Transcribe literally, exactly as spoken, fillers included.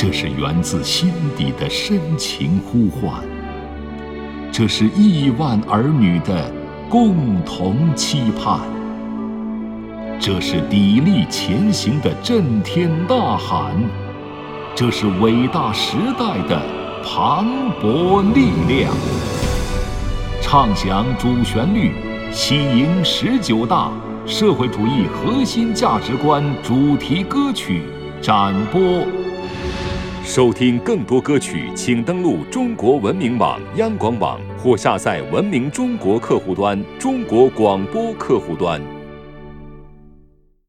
这是源自心底的深情呼唤，这是亿万儿女的共同期盼，这是砥砺前行的震天呐喊，这是伟大时代的磅礴力量。唱响主旋律，喜迎十九大社会主义核心价值观主题歌曲展播。收听更多歌曲，请登录中国文明网、央广网或下载文明中国客户端、中国广播客户端。